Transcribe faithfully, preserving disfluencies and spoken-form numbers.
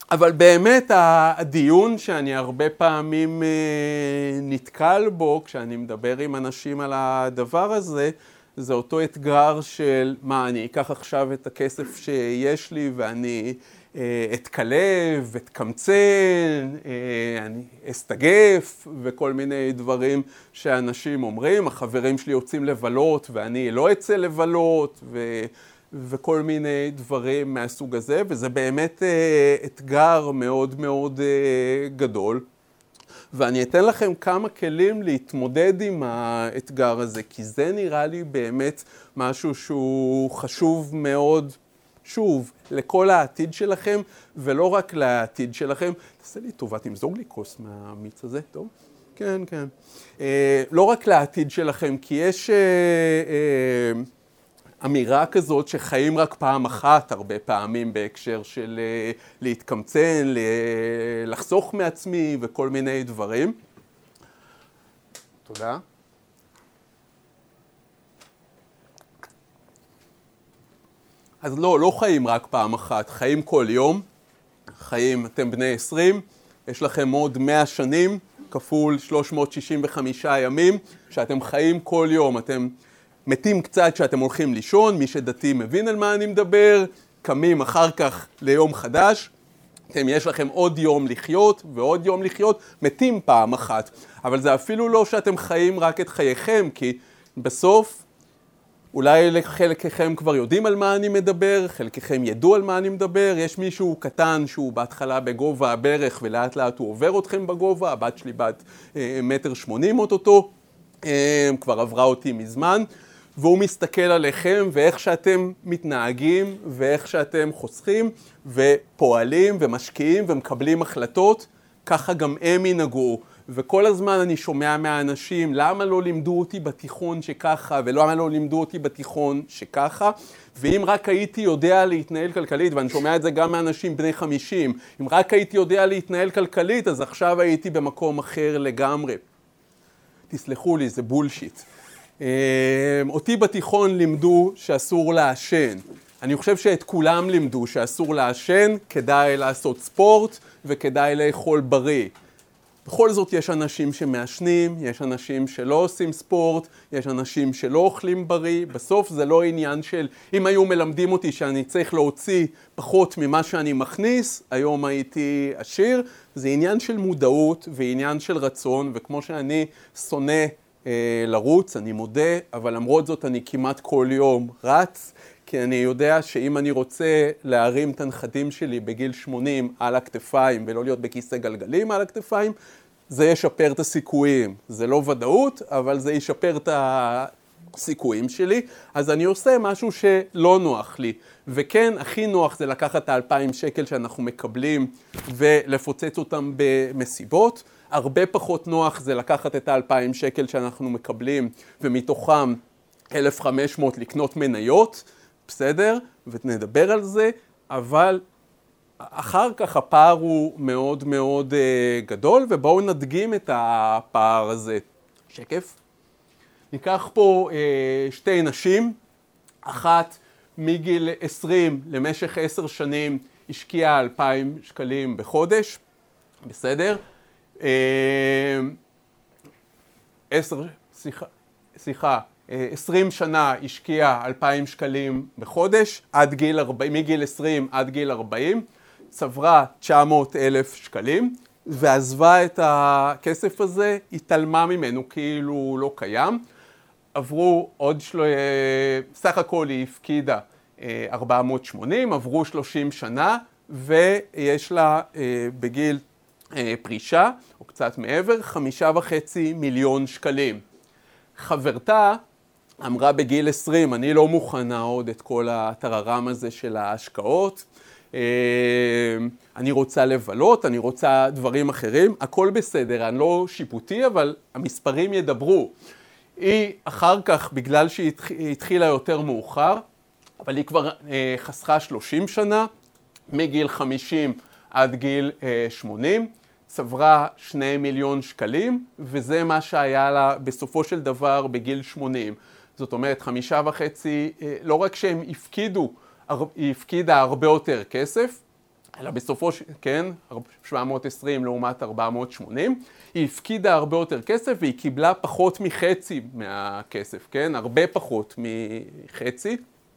אבל באמת הדיון שאני הרבה פעמים נתקל בו כשאני מדבר עם אנשים על הדבר הזה, זה אותו אתגר של מה, אני אקח עכשיו את הכסף שיש לי ואני אתקלב, אתקמצן, אני אסתגף וכל מיני דברים שאנשים אומרים. החברים שלי יוצאים לבלות ואני לא אצא לבלות ו... וכל מיני דברים מהסוג הזה, וזה באמת אתגר מאוד מאוד גדול. ואני אתן לכם כמה כלים להתמודד עם האתגר הזה, כי זה נראה לי באמת משהו שהוא חשוב מאוד, שוב, לכל העתיד שלכם, ולא רק לעתיד שלכם. תעשה לי טובה, תמזוג לי כוס מהמיץ הזה, טוב? כן, כן. אה, לא רק לעתיד שלכם, כי יש... אה, אה, אמירה כזאת שחיים רק פעם אחת הרבה פעמים בהקשר של להתקמצן, לחסוך מעצמי וכל מיני דברים. תודה. אז לא, לא חיים רק פעם אחת, חיים כל יום. חיים, אתם בני עשרים, יש לכם עוד מאה שנים, כפול שלוש מאות שישים וחמישה ימים, שאתם חיים כל יום, אתם... מתים קצת שאתם הולכים לישון, מי שדתי מבין על מה אני מדבר, קמים אחר כך ליום חדש, אתם יש לכם עוד יום לחיות ועוד יום לחיות, מתים פעם אחת. אבל זה אפילו לא שאתם חיים רק את חייכם, כי בסוף אולי חלקכם כבר יודעים על מה אני מדבר, חלקכם ידעו על מה אני מדבר, יש מישהו קטן שהוא בהתחלה בגובה הברך ולאט לאט הוא עובר אתכם בגובה, הבת שלי בת מטר שמונים אותו, כבר עברה אותי מזמן. והוא מסתכל עליכם ואיך שאתם מתנהגים ואיך שאתם חוסכים ופועלים ומשקיעים ומקבלים החלטות, ככה גם הם ינהגו. וכל הזמן אני שומע מהאנשים, למה לא לימדו אותי בתיכון שככה ולמה לא לימדו אותי בתיכון שככה? ואם רק הייתי יודע להתנהל כלכלית, ואני שומע את זה גם מאנשים בני חמישים, אם רק הייתי יודע להתנהל כלכלית, אז עכשיו הייתי במקום אחר לגמרי. תסלחו לי, זה בולשיט. אותי בתיכון לימדו שאסור לעשן. אני חושב שאת כולם לימדו שאסור לעשן, כדאי לעשות ספורט וכדאי לאכול בריא. בכל זאת יש אנשים שמעשנים, יש אנשים שלא עושים ספורט, יש אנשים שלא אוכלים בריא. בסוף זה לא עניין של, אם היו מלמדים אותי שאני צריך להוציא פחות ממה שאני מכניס, היום הייתי עשיר. זה עניין של מודעות ועניין של רצון, וכמו שאני שונא לרוץ, אני מודה, אבל למרות זאת אני כמעט כל יום רץ, כי אני יודע שאם אני רוצה להרים את הנכדים שלי בגיל שמונים על הכתפיים ולא להיות בכיסא גלגלים על הכתפיים, זה ישפר את הסיכויים. זה לא ודאות, אבל זה ישפר את הסיכויים שלי. אז אני עושה משהו שלא נוח לי. וכן, הכי נוח זה לקחת את האלפיים שקל שאנחנו מקבלים ולפוצץ אותם במסיבות. הרבה פחות נוח זה לקחת את האלפיים שקל שאנחנו מקבלים ומתוכם אלף וחמש מאות לקנות מניות, בסדר? ונדבר על זה, אבל אחר כך הפער הוא מאוד מאוד גדול, ובואו נדגים את הפער הזה. שקף. ניקח פה שתי נשים, אחת מגיל עשרים למשך עשר שנים השקיעה אלפיים שקלים בחודש, בסדר? עשר, סליחה, סליחה, עשרים שנה השקיעה אלפיים שקלים בחודש, עד גיל ארבעים, מגיל עשרים עד גיל ארבעים, צברה תשע מאות אלף שקלים, ועזבה את הכסף הזה, התעלמה ממנו כאילו הוא לא קיים. עברו עוד של... סך הכל היא הפקידה ארבע מאות ושמונים, עברו שלושים שנה, ויש לה בגיל פרישה, או קצת מעבר, חמישה וחצי מיליון שקלים. חברתה אמרה בגיל עשרים, אני לא מוכנה עוד את כל הטררם הזה של ההשקעות, אני רוצה לבלות, אני רוצה דברים אחרים, הכל בסדר, אני לא שיפוטי, אבל המספרים ידברו. היא אחר כך, בגלל שהיא התחילה יותר מאוחר, אבל היא כבר חסכה שלושים שנה, מגיל חמישים עד גיל שמונים, צברה שני מיליון שקלים, וזה מה שהיה לה בסופו של דבר בגיל שמונים. זאת אומרת, חמישה וחצי, לא רק שהם הפקידו, היא הפקידה הרבה יותר כסף, אלא בסופו של, כן, שבע מאות ועשרים לעומת ארבע מאות ושמונים, היא הפקידה הרבה יותר כסף והיא קיבלה פחות מחצי מהכסף, כן, הרבה פחות מחצי.